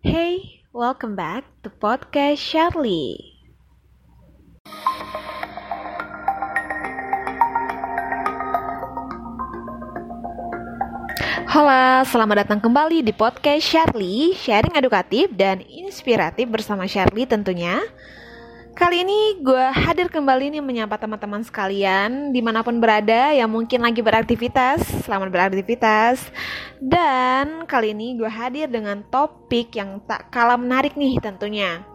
Hey, welcome back to podcast Charlie. Halo, selamat datang kembali di podcast Charlie, sharing edukatif dan inspiratif bersama Charlie tentunya. Kali ini gue hadir kembali nih menyapa teman-teman sekalian dimanapun berada yang mungkin lagi beraktivitas. Selamat beraktivitas. Dan kali ini gue hadir dengan topik yang tak kalah menarik nih tentunya.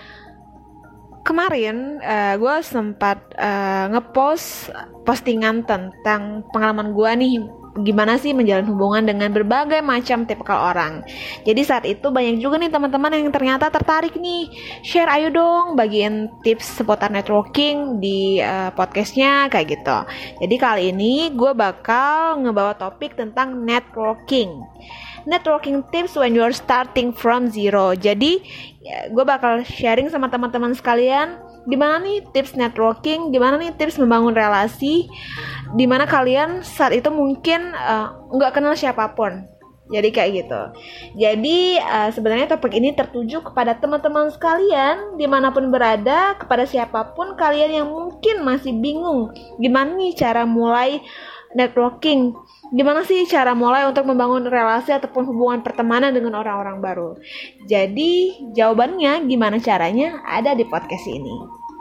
Kemarin gue sempat ngepost postingan tentang pengalaman gue nih, gimana sih menjalin hubungan dengan berbagai macam tipikal orang. Jadi saat itu banyak juga nih teman-teman yang ternyata tertarik nih, share ayo dong bagiin tips seputar networking di podcastnya kayak gitu. Jadi kali ini gue bakal ngebawa topik tentang networking tips when you're starting from zero. Jadi gue bakal sharing sama teman-teman sekalian gimana nih tips networking, gimana nih tips membangun relasi dimana kalian saat itu mungkin nggak kenal siapapun. Jadi kayak gitu. Jadi sebenarnya topik ini tertuju kepada teman-teman sekalian dimanapun berada, kepada siapapun kalian yang mungkin masih bingung gimana nih cara mulai networking, gimana sih cara mulai untuk membangun relasi ataupun hubungan pertemanan dengan orang-orang baru. Jadi jawabannya gimana caranya ada di podcast ini.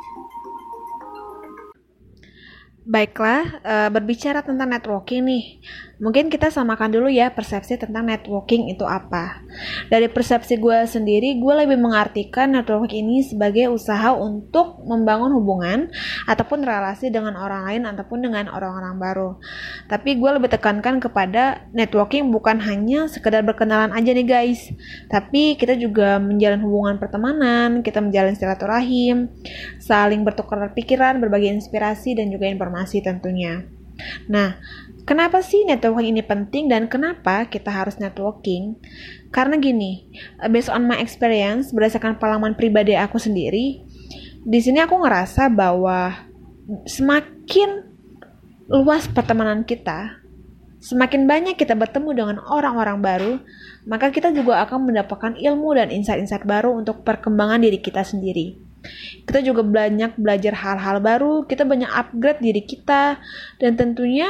Baiklah, berbicara tentang networking nih, mungkin kita samakan dulu ya persepsi tentang networking itu apa. Dari persepsi gue sendiri, gue lebih mengartikan networking ini sebagai usaha untuk membangun hubungan ataupun relasi dengan orang lain ataupun dengan orang-orang baru. Tapi gue lebih tekankan kepada networking bukan hanya sekedar berkenalan aja nih guys, tapi kita juga menjalin hubungan pertemanan, kita menjalin silaturahim, saling bertukar pikiran, berbagi inspirasi dan juga informasi tentunya. Nah, kenapa sih networking ini penting dan kenapa kita harus networking? Karena gini, based on my experience, berdasarkan pengalaman pribadi aku sendiri, di sini aku ngerasa bahwa semakin luas pertemanan kita, semakin banyak kita bertemu dengan orang-orang baru, maka kita juga akan mendapatkan ilmu dan insight-insight baru untuk perkembangan diri kita sendiri. Kita juga banyak belajar hal-hal baru, kita banyak upgrade diri kita, dan tentunya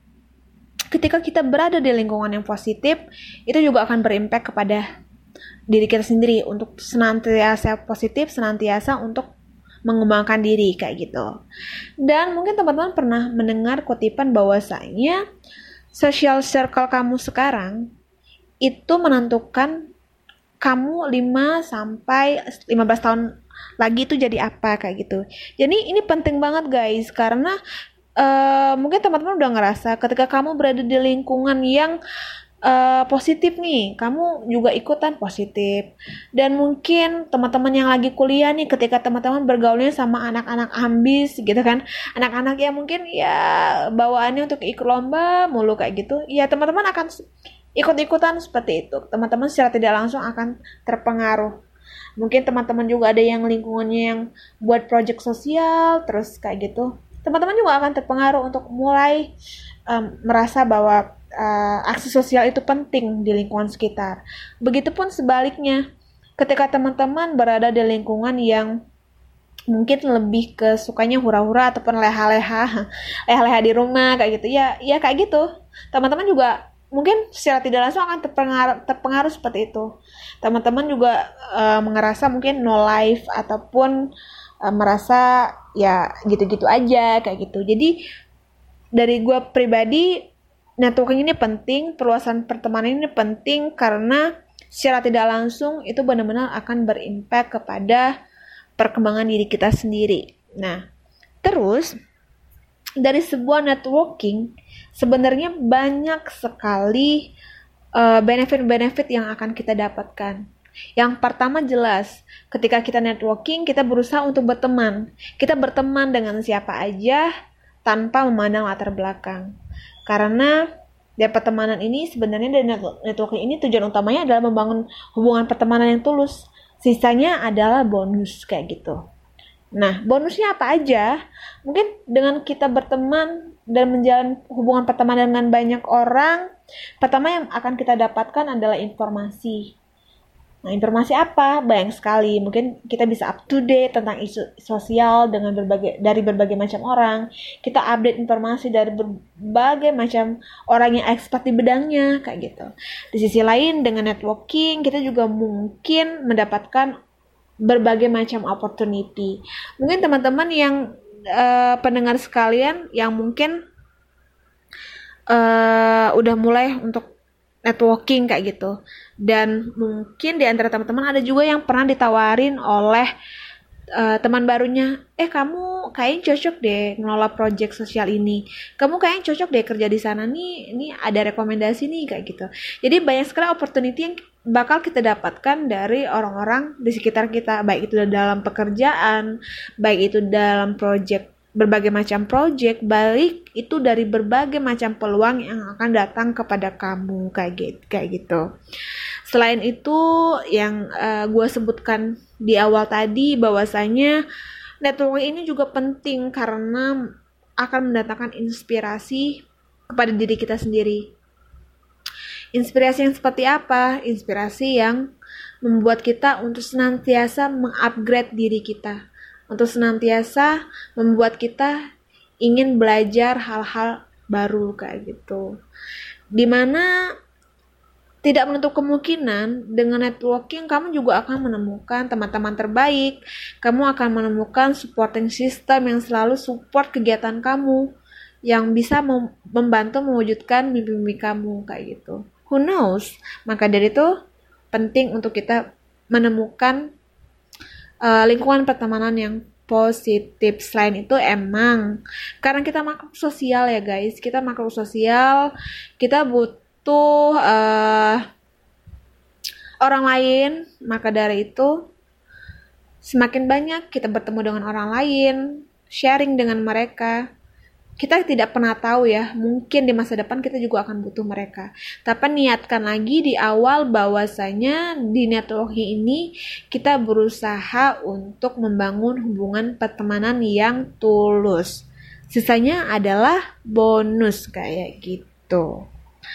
ketika kita berada di lingkungan yang positif, itu juga akan berimpact kepada diri kita sendiri untuk senantiasa positif, senantiasa untuk mengembangkan diri kayak gitu. Dan mungkin teman-teman pernah mendengar kutipan bahwasanya social circle kamu sekarang itu menentukan kamu 5-15 tahun lagi itu jadi apa kayak gitu. Jadi ini penting banget guys, karena mungkin teman-teman udah ngerasa ketika kamu berada di lingkungan yang positif nih, kamu juga ikutan positif. Dan mungkin teman-teman yang lagi kuliah nih, ketika teman-teman bergaulnya sama anak-anak ambis gitu kan, anak-anak yang mungkin ya bawaannya untuk ikut lomba mulu kayak gitu, ya teman-teman akan ikut-ikutan seperti itu. Teman-teman secara tidak langsung akan terpengaruh. Mungkin teman-teman juga ada yang lingkungannya yang buat project sosial, terus kayak gitu. Teman-teman juga akan terpengaruh untuk mulai merasa bahwa aksi sosial itu penting di lingkungan sekitar. Begitupun sebaliknya, ketika teman-teman berada di lingkungan yang mungkin lebih ke sukanya hura-hura ataupun leha-leha di rumah kayak gitu, ya kayak gitu. Teman-teman juga mungkin secara tidak langsung akan terpengaruh seperti itu. Teman-teman juga merasa mungkin no life ataupun merasa ya gitu-gitu aja kayak gitu. Jadi dari gue pribadi, networking ini penting, perluasan pertemanan ini penting karena secara tidak langsung itu benar-benar akan berimpact kepada perkembangan diri kita sendiri. Nah, terus dari sebuah networking sebenarnya banyak sekali benefit-benefit yang akan kita dapatkan. Yang pertama jelas, ketika kita networking, kita berusaha untuk berteman. Kita berteman dengan siapa aja tanpa memandang latar belakang. Karena dari pertemanan ini sebenarnya dari networking ini tujuan utamanya adalah membangun hubungan pertemanan yang tulus. Sisanya adalah bonus kayak gitu. Nah, bonusnya apa aja? Mungkin dengan kita berteman dan menjalin hubungan pertemanan dengan banyak orang, pertama yang akan kita dapatkan adalah informasi. Nah, informasi apa? Banyak sekali. Mungkin kita bisa up to date tentang isu sosial dengan dari berbagai macam orang. Kita update informasi dari berbagai macam orang yang expert di bidangnya, kayak gitu. Di sisi lain, dengan networking, kita juga mungkin mendapatkan berbagai macam opportunity. Mungkin teman-teman yang pendengar sekalian yang mungkin udah mulai untuk networking kayak gitu, dan mungkin di antara teman-teman ada juga yang pernah ditawarin oleh teman barunya, kamu kayaknya cocok deh ngelola project sosial ini, kamu kayaknya cocok deh kerja di sana nih, ini ada rekomendasi nih kayak gitu. Jadi banyak sekali opportunity yang bakal kita dapatkan dari orang-orang di sekitar kita, baik itu dalam pekerjaan, baik itu dalam project, berbagai macam project, baik itu dari berbagai macam peluang yang akan datang kepada kamu, kayak gitu. Selain itu, yang gue sebutkan di awal tadi, bahwasanya networking ini juga penting karena akan mendatangkan inspirasi kepada diri kita sendiri. Inspirasi yang seperti apa? Inspirasi yang membuat kita untuk senantiasa mengupgrade diri kita, untuk senantiasa membuat kita ingin belajar hal-hal baru kayak gitu. Dimana tidak menutup kemungkinan dengan networking kamu juga akan menemukan teman-teman terbaik, kamu akan menemukan supporting system yang selalu support kegiatan kamu, yang bisa membantu mewujudkan mimpi-mimpi kamu kayak gitu. Who knows? Maka dari itu penting untuk kita menemukan lingkungan pertemanan yang positif. Selain itu emang karena kita makhluk sosial ya guys, kita makhluk sosial, kita butuh orang lain. Maka dari itu semakin banyak kita bertemu dengan orang lain, sharing dengan mereka, kita tidak pernah tahu ya, mungkin di masa depan kita juga akan butuh mereka. Tapi niatkan lagi di awal bahwasanya di networking ini kita berusaha untuk membangun hubungan pertemanan yang tulus. Sisanya adalah bonus kayak gitu.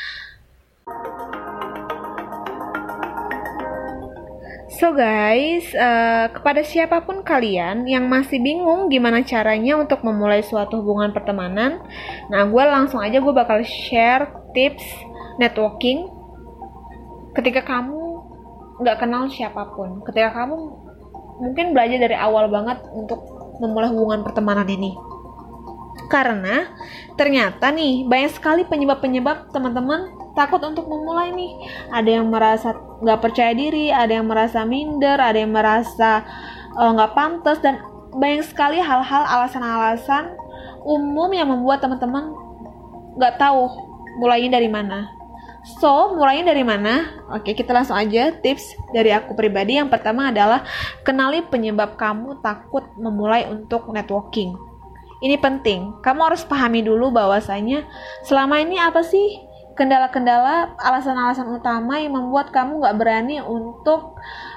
So guys, kepada siapapun kalian yang masih bingung gimana caranya untuk memulai suatu hubungan pertemanan, nah gue langsung aja gue bakal share tips networking ketika kamu gak kenal siapapun, ketika kamu mungkin belajar dari awal banget untuk memulai hubungan pertemanan ini. Karena ternyata nih banyak sekali penyebab-penyebab teman-teman takut untuk memulai nih. Ada yang merasa gak percaya diri, ada yang merasa minder, ada yang merasa gak pantas, dan banyak sekali hal-hal alasan-alasan umum yang membuat teman-teman gak tahu mulainya dari mana. So, mulainya dari mana? Oke, kita langsung aja tips dari aku pribadi. Yang pertama adalah kenali penyebab kamu takut memulai untuk networking. Ini penting, kamu harus pahami dulu bahwasanya selama ini apa sih kendala-kendala, alasan-alasan utama yang membuat kamu gak berani untuk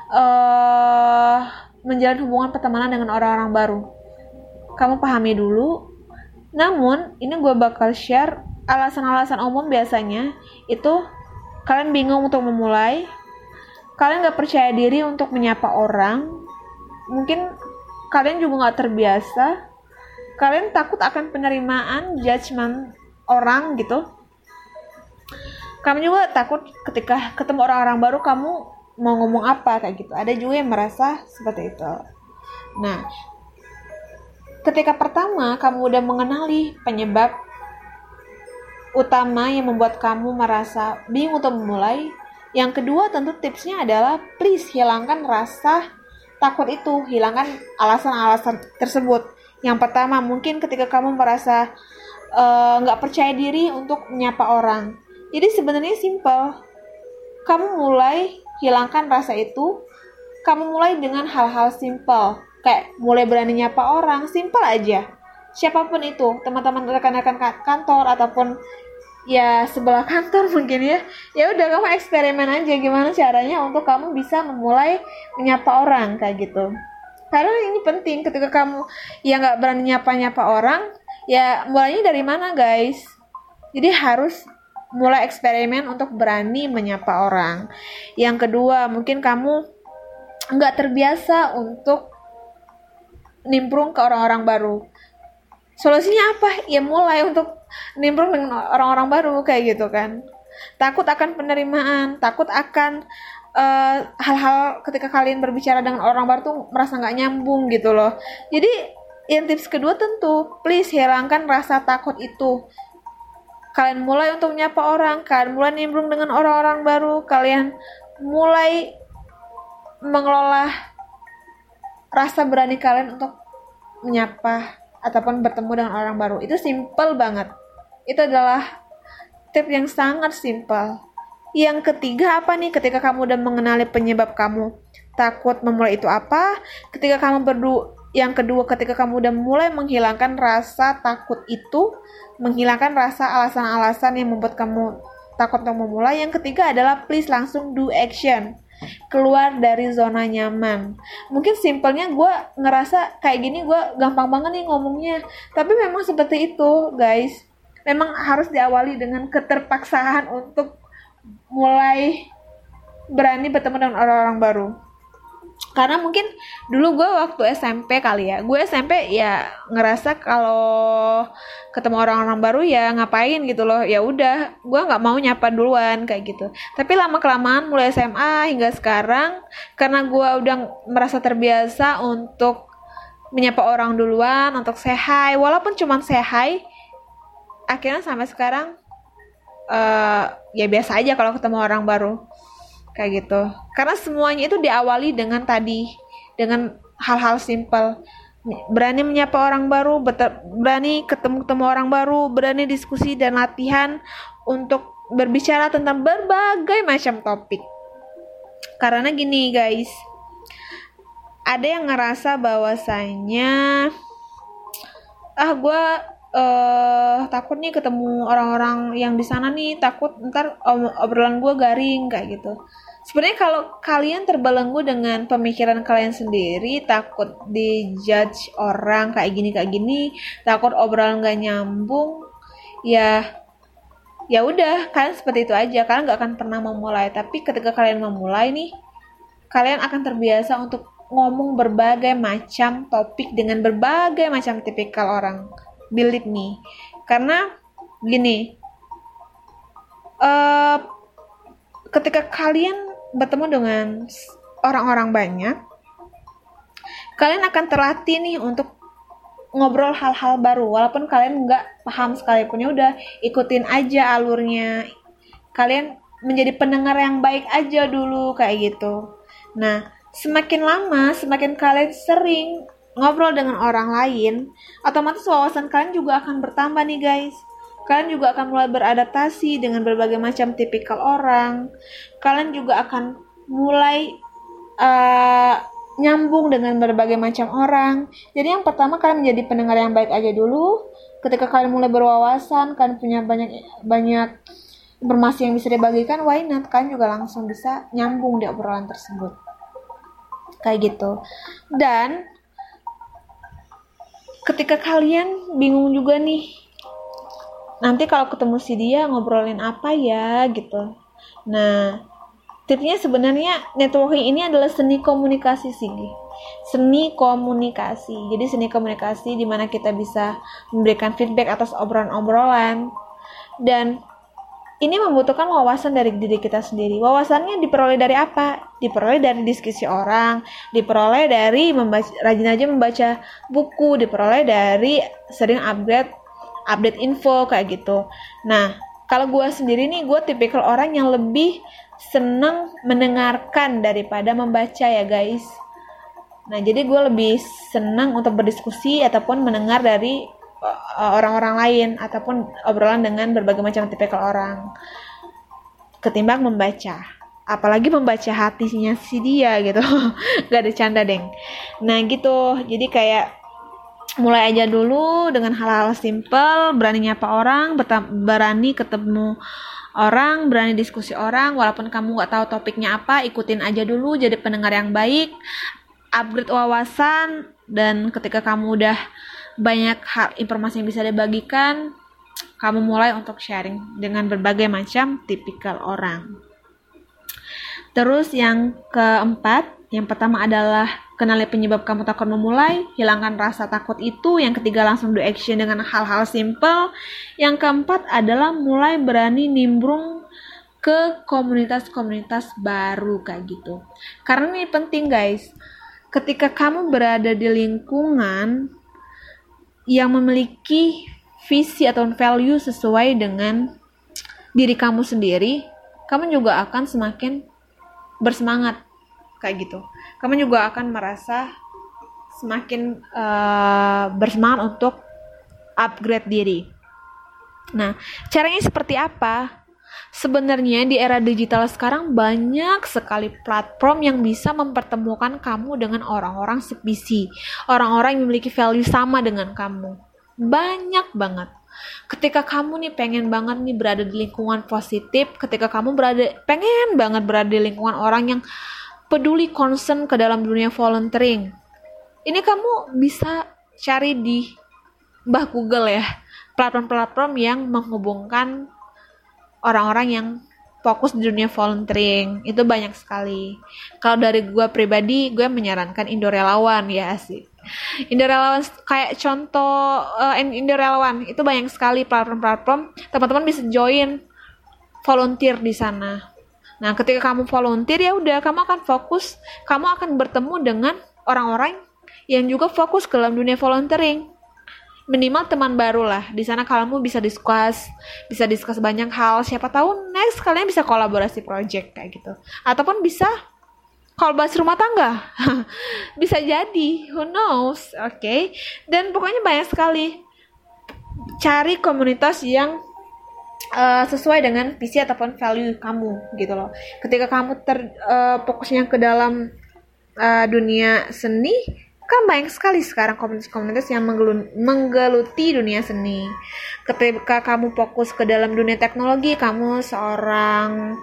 menjalin hubungan pertemanan dengan orang-orang baru. Kamu pahami dulu. Namun, ini gue bakal share alasan-alasan umum biasanya itu kalian bingung untuk memulai, kalian gak percaya diri untuk menyapa orang, mungkin kalian juga gak terbiasa, kalian takut akan penerimaan, judgement orang gitu. Kamu juga takut ketika ketemu orang-orang baru kamu mau ngomong apa kayak gitu. Ada juga yang merasa seperti itu. Nah, ketika pertama kamu udah mengenali penyebab utama yang membuat kamu merasa bingung untuk memulai, yang kedua tentu tipsnya adalah please hilangkan rasa takut itu, hilangkan alasan-alasan tersebut. Yang pertama, mungkin ketika kamu merasa gak percaya diri untuk menyapa orang. Jadi sebenarnya simple. Kamu mulai hilangkan rasa itu. Kamu mulai dengan hal-hal simple. Kayak mulai berani nyapa orang. Simple aja. Siapapun itu. Teman-teman rekan-rekan kantor. Ataupun ya sebelah kantor mungkin ya. Ya udah kamu eksperimen aja. Gimana caranya untuk kamu bisa memulai menyapa orang. Kayak gitu. Karena ini penting ketika kamu yang gak berani nyapa-nyapa orang, ya mulainya dari mana guys? Jadi harus mulai eksperimen untuk berani menyapa orang. Yang kedua, mungkin kamu nggak terbiasa untuk nimbrung ke orang-orang baru. Solusinya apa? Ya mulai untuk nimbrung dengan orang-orang baru kayak gitu kan. Takut akan penerimaan, takut akan hal-hal ketika kalian berbicara dengan orang baru tuh merasa nggak nyambung gitu loh. Jadi yang tips kedua tentu, please hilangkan rasa takut itu. Kalian mulai untuk menyapa orang, kalian mulai nimbrung dengan orang-orang baru, kalian mulai mengelola rasa berani kalian untuk menyapa ataupun bertemu dengan orang baru. Itu simple banget. Itu adalah tips yang sangat simple. Yang ketiga apa nih? Ketika kamu udah mengenali penyebab kamu takut memulai itu apa? Yang kedua, ketika kamu udah mulai menghilangkan rasa takut itu, menghilangkan rasa alasan-alasan yang membuat kamu takut untuk memulai. Yang ketiga adalah please langsung do action. Keluar dari zona nyaman. Mungkin simpelnya gue ngerasa kayak gini gue gampang banget nih ngomongnya. Tapi memang seperti itu guys. Memang harus diawali dengan keterpaksaan untuk mulai berani bertemu dengan orang-orang baru. Karena mungkin dulu gue waktu SMP kali ya, gue SMP ya ngerasa kalau ketemu orang-orang baru ya ngapain gitu loh, ya udah gue nggak mau nyapa duluan kayak gitu. Tapi lama kelamaan mulai SMA hingga sekarang, karena gue udah merasa terbiasa untuk menyapa orang duluan, untuk say hi, walaupun cuma say hi, akhirnya sampai sekarang ya biasa aja kalau ketemu orang baru kayak gitu. Karena semuanya itu diawali dengan hal-hal simpel. Berani menyapa orang baru, berani ketemu orang baru, berani diskusi dan latihan untuk berbicara tentang berbagai macam topik. Karena gini guys, ada yang ngerasa bahwasanya gue takut nih ketemu orang-orang yang di sana nih, takut ntar obrolan gue garing kayak gitu. Sebenarnya kalau kalian terbelenggu dengan pemikiran kalian sendiri, takut dijudge orang kayak gini, takut obrolan gak nyambung, ya udah kalian seperti itu aja, kalian gak akan pernah memulai. Tapi ketika kalian memulai nih, kalian akan terbiasa untuk ngomong berbagai macam topik dengan berbagai macam tipikal orang. Believe me, karena gini, ketika kalian bertemu dengan orang-orang banyak, kalian akan terlatih nih untuk ngobrol hal-hal baru, walaupun kalian nggak paham sekalipun, ya udah ikutin aja alurnya. Kalian menjadi pendengar yang baik aja dulu kayak gitu. Nah, semakin lama, semakin kalian sering ngobrol dengan orang lain, otomatis wawasan kalian juga akan bertambah nih guys. Kalian juga akan mulai beradaptasi dengan berbagai macam tipikal orang. Kalian juga akan mulai nyambung dengan berbagai macam orang. Jadi yang pertama, kalian menjadi pendengar yang baik aja dulu. Ketika kalian mulai berwawasan, kalian punya banyak informasi yang bisa dibagikan, why not? Kalian juga langsung bisa nyambung di obrolan tersebut. Kayak gitu. Dan ketika kalian bingung juga nih, nanti kalau ketemu si dia ngobrolin apa ya gitu. Nah, tipsnya sebenarnya networking ini adalah seni komunikasi sih. Seni komunikasi. Jadi seni komunikasi di mana kita bisa memberikan feedback atas obrolan-obrolan. Dan ini membutuhkan wawasan dari diri kita sendiri. Wawasannya diperoleh dari apa? Diperoleh dari diskusi orang, diperoleh dari rajin aja membaca buku, diperoleh dari sering update info kayak gitu. Nah, kalau gue sendiri nih, gue tipikal orang yang lebih seneng mendengarkan daripada membaca ya guys. Nah, jadi gue lebih senang untuk berdiskusi ataupun mendengar dari orang-orang lain ataupun obrolan dengan berbagai macam tipikal orang ketimbang membaca. Apalagi membaca hatinya si dia gitu. Gak ada canda deng. Nah gitu, jadi kayak mulai aja dulu dengan hal-hal simple, berani nyapa orang, berani ketemu orang, berani diskusi orang, walaupun kamu gak tahu topiknya apa, ikutin aja dulu, jadi pendengar yang baik, upgrade wawasan, dan ketika kamu udah banyak hal informasi yang bisa dibagikan, kamu mulai untuk sharing dengan berbagai macam tipikal orang. Terus yang keempat, yang pertama adalah kenali penyebab kamu takut memulai, hilangkan rasa takut itu. Yang ketiga, langsung do action dengan hal-hal simple. Yang keempat adalah mulai berani nimbrung ke komunitas-komunitas baru kayak gitu. Karena ini penting guys, ketika kamu berada di lingkungan yang memiliki visi atau value sesuai dengan diri kamu sendiri, kamu juga akan semakin bersemangat kayak gitu. Kamu juga akan merasa semakin bersemangat untuk upgrade diri. Nah, caranya seperti apa? Sebenarnya di era digital sekarang banyak sekali platform yang bisa mempertemukan kamu dengan orang-orang sevisi, orang-orang yang memiliki value sama dengan kamu. Banyak banget. Ketika kamu nih pengen banget nih berada di lingkungan positif, ketika kamu pengen banget berada di lingkungan orang yang peduli, concern ke dalam dunia volunteering, ini kamu bisa cari di Google ya, platform-platform yang menghubungkan orang-orang yang fokus di dunia volunteering. Itu banyak sekali. Kalau dari gue pribadi, gue menyarankan Indorelawan ya, asik. Indorelawan kayak contoh Indorelawan itu banyak sekali platform-platform, teman-teman bisa join volunteer di sana. Nah, ketika kamu volunteer ya udah, kamu akan fokus, kamu akan bertemu dengan orang-orang yang juga fokus ke dalam dunia volunteering. Minimal teman baru lah. Di sana kamu bisa discuss banyak hal. Siapa tahu next kalian bisa kolaborasi project kayak gitu. Ataupun bisa kolaborasi rumah tangga. Bisa jadi, who knows, oke. Dan pokoknya banyak sekali. Cari komunitas yang sesuai dengan visi ataupun value kamu gitu loh. Ketika kamu fokusnya ke dalam dunia seni, kan banyak sekali sekarang komunitas-komunitas yang menggeluti dunia seni. Ketika kamu fokus ke dalam dunia teknologi, kamu seorang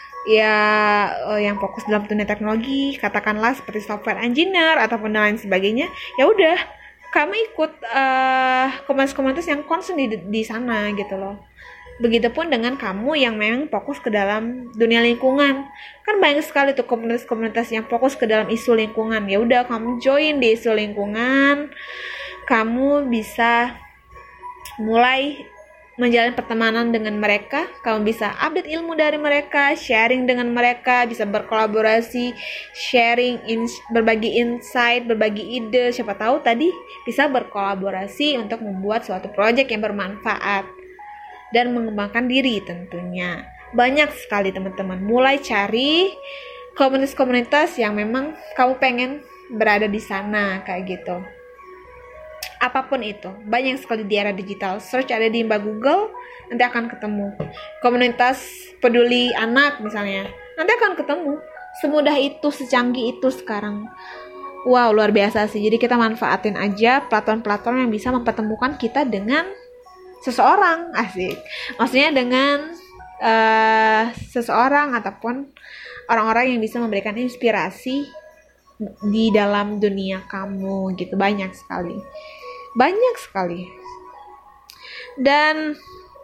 yang fokus dalam dunia teknologi, katakanlah seperti software engineer ataupun lain sebagainya, ya udah, kamu ikut komunitas-komunitas yang concern di sana gitu loh. Begitupun dengan kamu yang memang fokus ke dalam dunia lingkungan. Kan banyak sekali tuh komunitas-komunitas yang fokus ke dalam isu lingkungan. Ya udah, kamu join di isu lingkungan. Kamu bisa mulai menjalin pertemanan dengan mereka. Kamu bisa update ilmu dari mereka, sharing dengan mereka, bisa berkolaborasi, berbagi insight, berbagi ide. Siapa tahu tadi bisa berkolaborasi untuk membuat suatu proyek yang bermanfaat dan mengembangkan diri tentunya. Banyak sekali teman-teman. Mulai cari komunitas-komunitas yang memang kamu pengen berada di sana kayak gitu. Apapun itu, banyak sekali di era digital. Search ada di Google, nanti akan ketemu. Komunitas peduli anak misalnya, nanti akan ketemu. Semudah itu, secanggih itu sekarang. Wow, luar biasa sih. Jadi kita manfaatin aja platform-platform yang bisa mempertemukan kita dengan seseorang, asik. Maksudnya dengan seseorang ataupun orang-orang yang bisa memberikan inspirasi di dalam dunia kamu gitu. Banyak sekali. Dan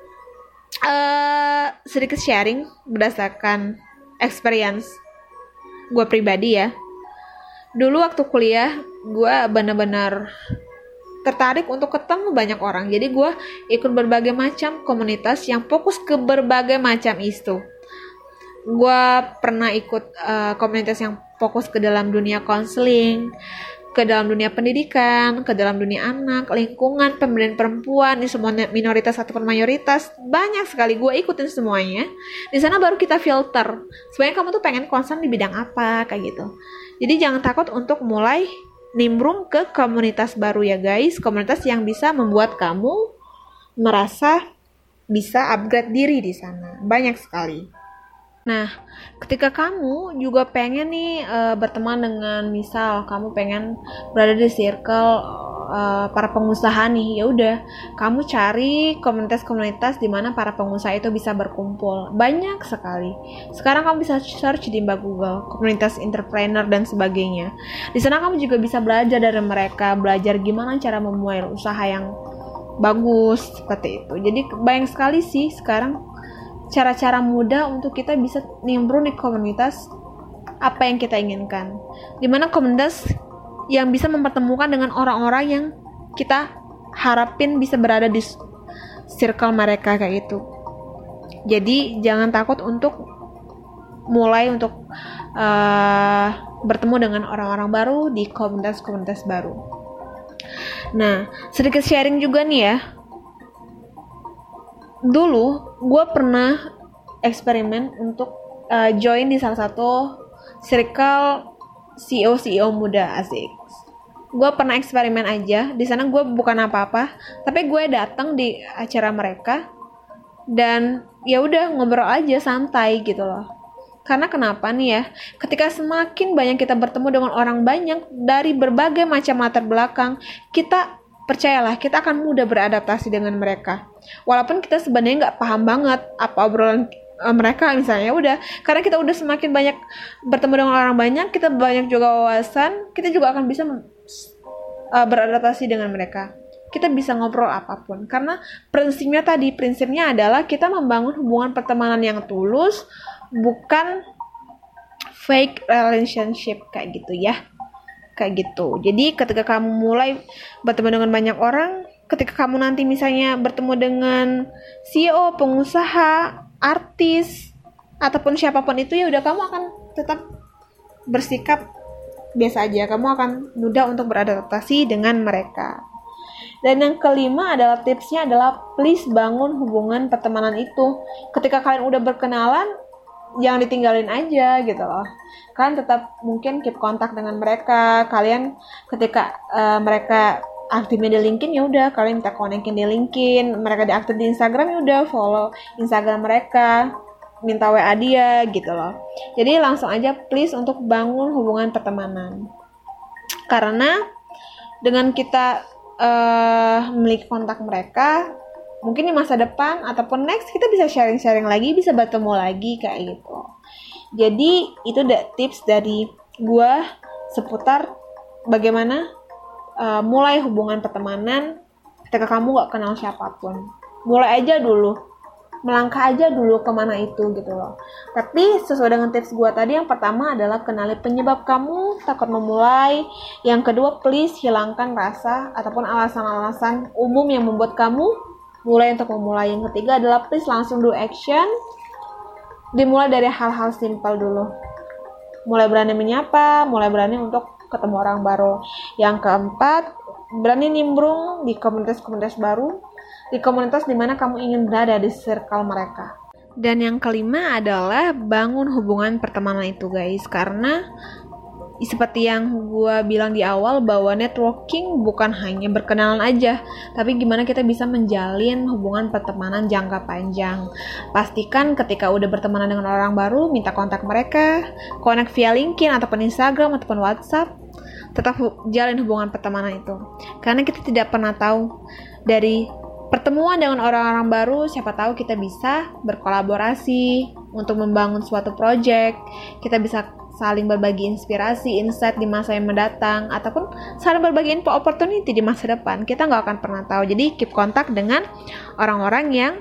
sedikit sharing berdasarkan experience gue pribadi ya. Dulu waktu kuliah gue benar-benar tertarik untuk ketemu banyak orang. Jadi gue ikut berbagai macam komunitas yang fokus ke berbagai macam isu. Gue pernah ikut komunitas yang fokus ke dalam dunia konseling, ke dalam dunia pendidikan, ke dalam dunia anak, lingkungan, pemberdayaan perempuan, ini semua minoritas ataupun mayoritas. Banyak sekali, gue ikutin semuanya. Di sana baru kita filter. Sebenarnya kamu tuh pengen concern di bidang apa, kayak gitu. Jadi jangan takut untuk mulai nimbrung ke komunitas baru ya guys, komunitas yang bisa membuat kamu merasa bisa upgrade diri di sana. Banyak sekali. Nah, ketika kamu juga pengen nih berteman dengan, misal kamu pengen berada di circle para pengusaha nih, ya udah, kamu cari komunitas-komunitas di mana para pengusaha itu bisa berkumpul. Banyak sekali. Sekarang kamu bisa search di Google, komunitas entrepreneur dan sebagainya. Di sana kamu juga bisa belajar dari mereka, belajar gimana cara memulai usaha yang bagus seperti itu. Jadi banyak sekali sih sekarang cara-cara mudah untuk kita bisa nimbrung di komunitas apa yang kita inginkan. Dimana komunitas yang bisa mempertemukan dengan orang-orang yang kita harapin bisa berada di circle mereka kayak gitu. Jadi jangan takut untuk mulai untuk bertemu dengan orang-orang baru di komunitas-komunitas baru. Nah, sedikit sharing juga nih ya. Dulu gue pernah eksperimen untuk join di salah satu circle CEO muda, asik. Gue pernah eksperimen aja. Di sana gue bukan apa-apa, tapi gue datang di acara mereka dan ya udah ngobrol aja santai gitu loh. Karena kenapa nih ya? Ketika semakin banyak kita bertemu dengan orang banyak dari berbagai macam latar belakang, kita percayalah kita akan mudah beradaptasi dengan mereka. Walaupun kita sebenarnya nggak paham banget apa obrolan mereka misalnya, udah karena kita udah semakin banyak bertemu dengan orang banyak, kita banyak juga wawasan, kita juga akan bisa beradaptasi dengan mereka. Kita bisa ngobrol apapun karena prinsipnya adalah kita membangun hubungan pertemanan yang tulus, bukan fake relationship kayak gitu ya. Kayak gitu. Jadi ketika kamu mulai bertemu dengan banyak orang, ketika kamu nanti misalnya bertemu dengan CEO, pengusaha, artis, ataupun siapapun itu, ya udah kamu akan tetap bersikap biasa aja. Kamu akan mudah untuk beradaptasi dengan mereka. Dan yang kelima adalah tipsnya adalah please bangun hubungan pertemanan itu. Ketika kalian udah berkenalan, jangan ditinggalin aja gitu loh. Kalian tetap mungkin keep kontak dengan mereka. Kalian ketika mereka aktifnya di LinkedIn, ya udah kalian minta konekin di LinkedIn. Mereka diaktif di Instagram, ya udah follow Instagram mereka, minta WA dia gitu loh. Jadi langsung aja please untuk bangun hubungan pertemanan. Karena dengan kita memiliki kontak mereka, mungkin di masa depan ataupun next kita bisa sharing-sharing lagi, bisa bertemu lagi kayak gitu. Jadi itu tips dari gua seputar bagaimana mulai hubungan pertemanan ketika kamu gak kenal siapapun. Mulai aja dulu, melangkah aja dulu kemana itu gitu loh. Tapi sesuai dengan tips gua tadi, yang pertama adalah kenali penyebab kamu takut memulai. Yang kedua, please hilangkan rasa ataupun alasan-alasan umum yang membuat kamu mulai untuk memulai. Yang ketiga adalah please langsung do action. Dimulai dari hal-hal simpel dulu. Mulai berani menyapa, mulai berani untuk ketemu orang baru. Yang keempat, berani nimbrung di komunitas-komunitas baru, di komunitas di mana kamu ingin berada di circle mereka. Dan yang kelima adalah bangun hubungan pertemanan itu guys. Karena seperti yang gue bilang di awal, bahwa networking bukan hanya berkenalan aja, tapi gimana kita bisa menjalin hubungan pertemanan jangka panjang. Pastikan ketika udah bertemanan dengan orang baru, minta kontak mereka, connect via LinkedIn ataupun Instagram ataupun WhatsApp. Tetap jalin hubungan pertemanan itu. Karena kita tidak pernah tahu dari pertemuan dengan orang-orang baru, siapa tahu kita bisa berkolaborasi untuk membangun suatu project. Kita bisa saling berbagi inspirasi, insight di masa yang mendatang, ataupun saling berbagi info opportunity di masa depan. Kita nggak akan pernah tahu. Jadi keep kontak dengan orang-orang yang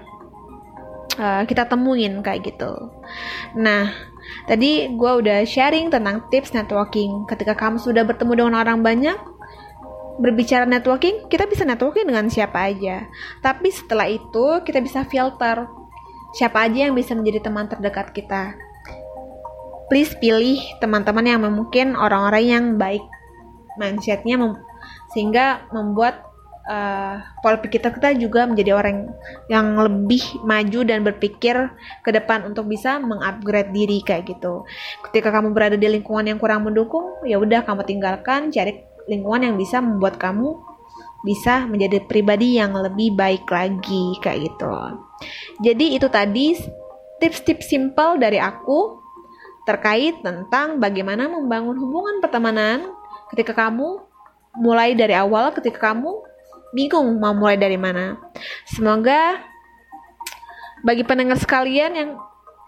kita temuin kayak gitu. Nah, tadi gue udah sharing tentang tips networking. Ketika kamu sudah bertemu dengan orang banyak, berbicara networking, kita bisa networking dengan siapa aja. Tapi setelah itu kita bisa filter siapa aja yang bisa menjadi teman terdekat kita. Please pilih teman-teman yang mungkin orang-orang yang baik mindsetnya, sehingga membuat pola pikir kita juga menjadi orang yang lebih maju dan berpikir ke depan untuk bisa mengupgrade diri kayak gitu. Ketika kamu berada di lingkungan yang kurang mendukung, ya udah kamu tinggalkan, cari lingkungan yang bisa membuat kamu bisa menjadi pribadi yang lebih baik lagi kayak gitu. Jadi itu tadi tips-tips simple dari aku terkait tentang bagaimana membangun hubungan pertemanan ketika kamu mulai dari awal, ketika kamu bingung mau mulai dari mana. Semoga bagi pendengar sekalian yang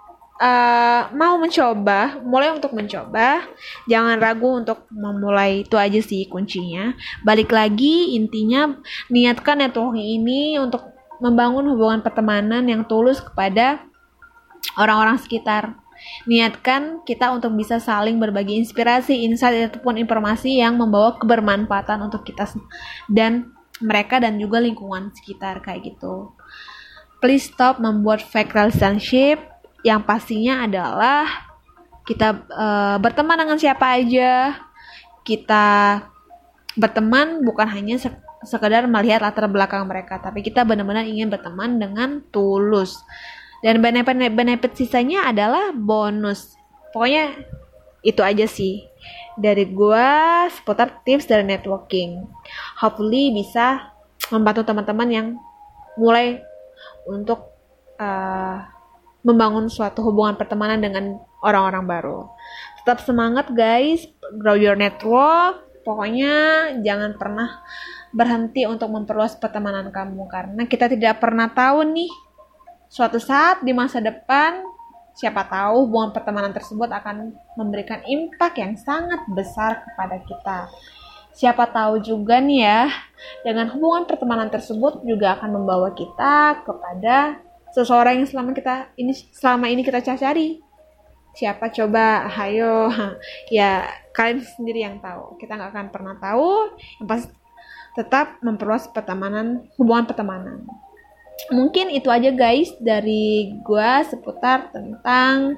mau mulai untuk mencoba, jangan ragu untuk memulai, itu aja sih kuncinya. Balik lagi, intinya niatkan networking ini untuk membangun hubungan pertemanan yang tulus kepada orang-orang sekitar. Niatkan kita untuk bisa saling berbagi inspirasi, insight, ataupun informasi yang membawa kebermanfaatan untuk kita dan mereka dan juga lingkungan sekitar kayak gitu. Please stop membuat fake relationship. Yang pastinya adalah kita berteman dengan siapa aja. Kita berteman bukan hanya sekedar melihat latar belakang mereka, tapi kita benar-benar ingin berteman dengan tulus. Dan benefit sisanya adalah bonus. Pokoknya itu aja sih dari gua seputar tips dari networking. Hopefully bisa membantu teman-teman yang mulai untuk membangun suatu hubungan pertemanan dengan orang-orang baru. Tetap semangat guys, grow your network. Pokoknya jangan pernah berhenti untuk memperluas pertemanan kamu, karena kita tidak pernah tahu nih, suatu saat di masa depan, siapa tahu hubungan pertemanan tersebut akan memberikan impact yang sangat besar kepada kita. Siapa tahu juga nih ya, dengan hubungan pertemanan tersebut juga akan membawa kita kepada seseorang yang selama ini kita cari. Siapa coba? Hayo. Ya, kalian sendiri yang tahu. Kita nggak akan pernah tahu. Yang pasti tetap memperluas hubungan pertemanan. Mungkin itu aja guys dari gua seputar tentang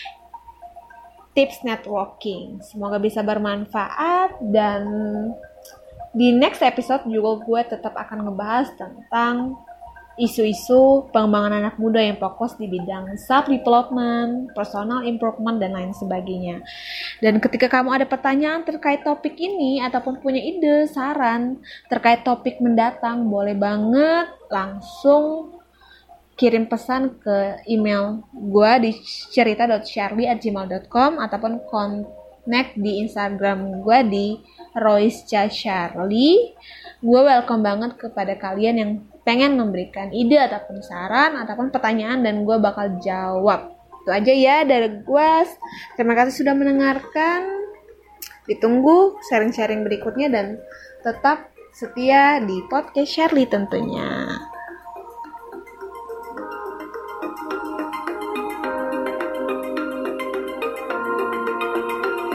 tips networking. Semoga bisa bermanfaat, dan di next episode juga gue tetap akan ngebahas tentang isu-isu pengembangan anak muda yang fokus di bidang self-development, personal improvement, dan lain sebagainya. Dan ketika kamu ada pertanyaan terkait topik ini ataupun punya ide, saran terkait topik mendatang, boleh banget langsung kirim pesan ke email gue di cerita.charlie@gmail.com ataupun connect di Instagram gue di royce_charlie. Gue welcome banget kepada kalian yang pengen memberikan ide ataupun saran ataupun pertanyaan, dan gue bakal jawab. Itu aja ya dari gue. Terima kasih sudah mendengarkan. Ditunggu sharing-sharing berikutnya dan tetap setia di podcast Charlie tentunya.